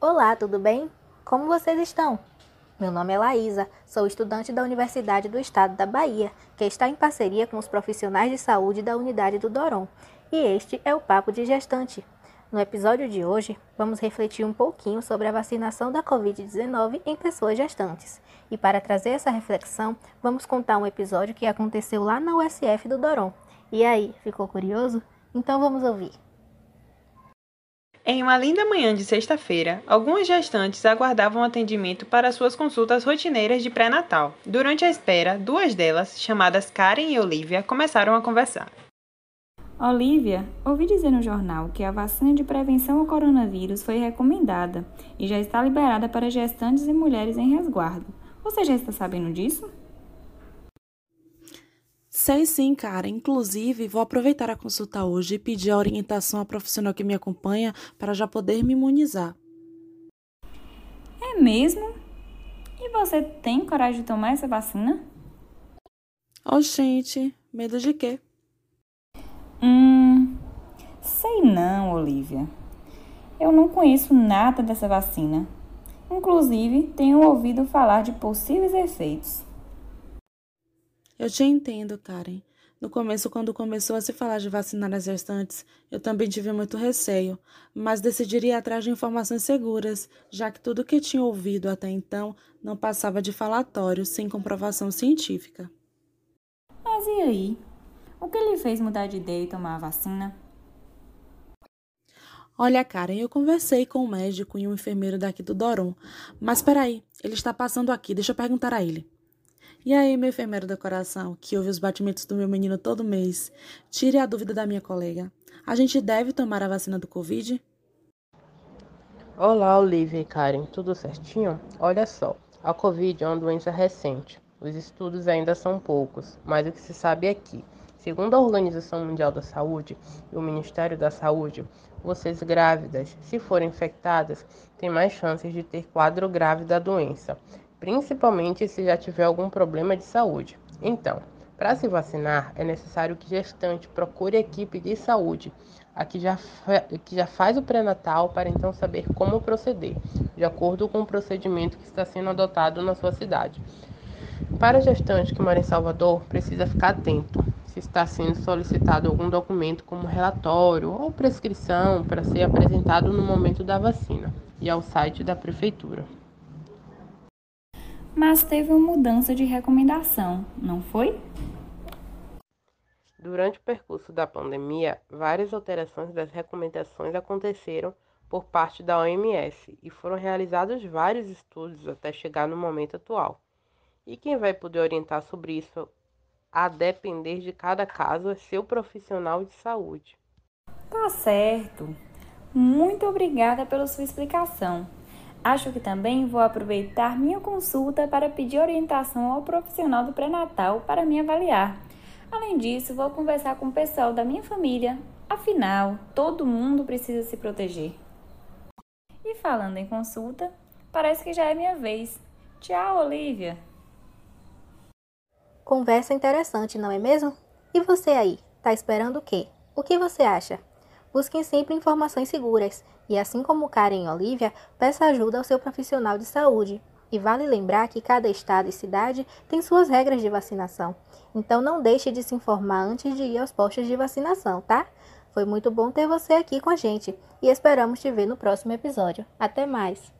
Olá, tudo bem? Como vocês estão? Meu nome é Laísa, sou estudante da Universidade do Estado da Bahia, que está em parceria com os profissionais de saúde da unidade do Doron, e este é o Papo de Gestante. No episódio de hoje, vamos refletir um pouquinho sobre a vacinação da Covid-19 em pessoas gestantes. E para trazer essa reflexão, vamos contar um episódio que aconteceu lá na USF do Doron. E aí, ficou curioso? Então vamos ouvir. Em uma linda manhã de sexta-feira, algumas gestantes aguardavam atendimento para suas consultas rotineiras de pré-natal. Durante a espera, duas delas, chamadas Karen e Olivia, começaram a conversar. Olivia, ouvi dizer no jornal que a vacina de prevenção ao coronavírus foi recomendada e já está liberada para gestantes e mulheres em resguardo. Você já está sabendo disso? Sei sim, cara. Inclusive, vou aproveitar a consulta hoje e pedir a orientação à profissional que me acompanha para já poder me imunizar. É mesmo? E você tem coragem de tomar essa vacina? Oh, gente, medo de quê? Sei não, Olivia. Eu não conheço nada dessa vacina. Inclusive, tenho ouvido falar de possíveis efeitos. Eu te entendo, Karen. No começo, quando começou a se falar de vacinar as gestantes, eu também tive muito receio, mas decidi ir atrás de informações seguras, já que tudo que tinha ouvido até então não passava de falatório, sem comprovação científica. Mas e aí? O que lhe fez mudar de ideia e tomar a vacina? Olha, Karen, eu conversei com um médico e um enfermeiro daqui do Doron, mas peraí, ele está passando aqui, deixa eu perguntar a ele. E aí, meu enfermeiro do coração, que ouve os batimentos do meu menino todo mês, tire a dúvida da minha colega. A gente deve tomar a vacina do Covid? Olá, Olivia e Karen, tudo certinho? Olha só, a Covid é uma doença recente. Os estudos ainda são poucos, mas o que se sabe é que, segundo a Organização Mundial da Saúde e o Ministério da Saúde, vocês grávidas, se forem infectadas, têm mais chances de ter quadro grave da doença, principalmente se já tiver algum problema de saúde. Então, para se vacinar, é necessário que gestante procure a equipe de saúde, a que já faz o pré-natal, para então saber como proceder, de acordo com o procedimento que está sendo adotado na sua cidade. Para a gestante que mora em Salvador, precisa ficar atento se está sendo solicitado algum documento como relatório ou prescrição para ser apresentado no momento da vacina e ao site da prefeitura. Mas teve uma mudança de recomendação, não foi? Durante o percurso da pandemia, várias alterações das recomendações aconteceram por parte da OMS e foram realizados vários estudos até chegar no momento atual. E quem vai poder orientar sobre isso, a depender de cada caso, é seu profissional de saúde. Tá certo. Muito obrigada pela sua explicação. Acho que também vou aproveitar minha consulta para pedir orientação ao profissional do pré-natal para me avaliar. Além disso, vou conversar com o pessoal da minha família. Afinal, todo mundo precisa se proteger. E falando em consulta, parece que já é minha vez. Tchau, Olivia! Conversa interessante, não é mesmo? E você aí, tá esperando o quê? O que você acha? Busquem sempre informações seguras e, assim como Karen e Olivia, peça ajuda ao seu profissional de saúde. E vale lembrar que cada estado e cidade tem suas regras de vacinação. Então não deixe de se informar antes de ir aos postos de vacinação, tá? Foi muito bom ter você aqui com a gente e esperamos te ver no próximo episódio. Até mais!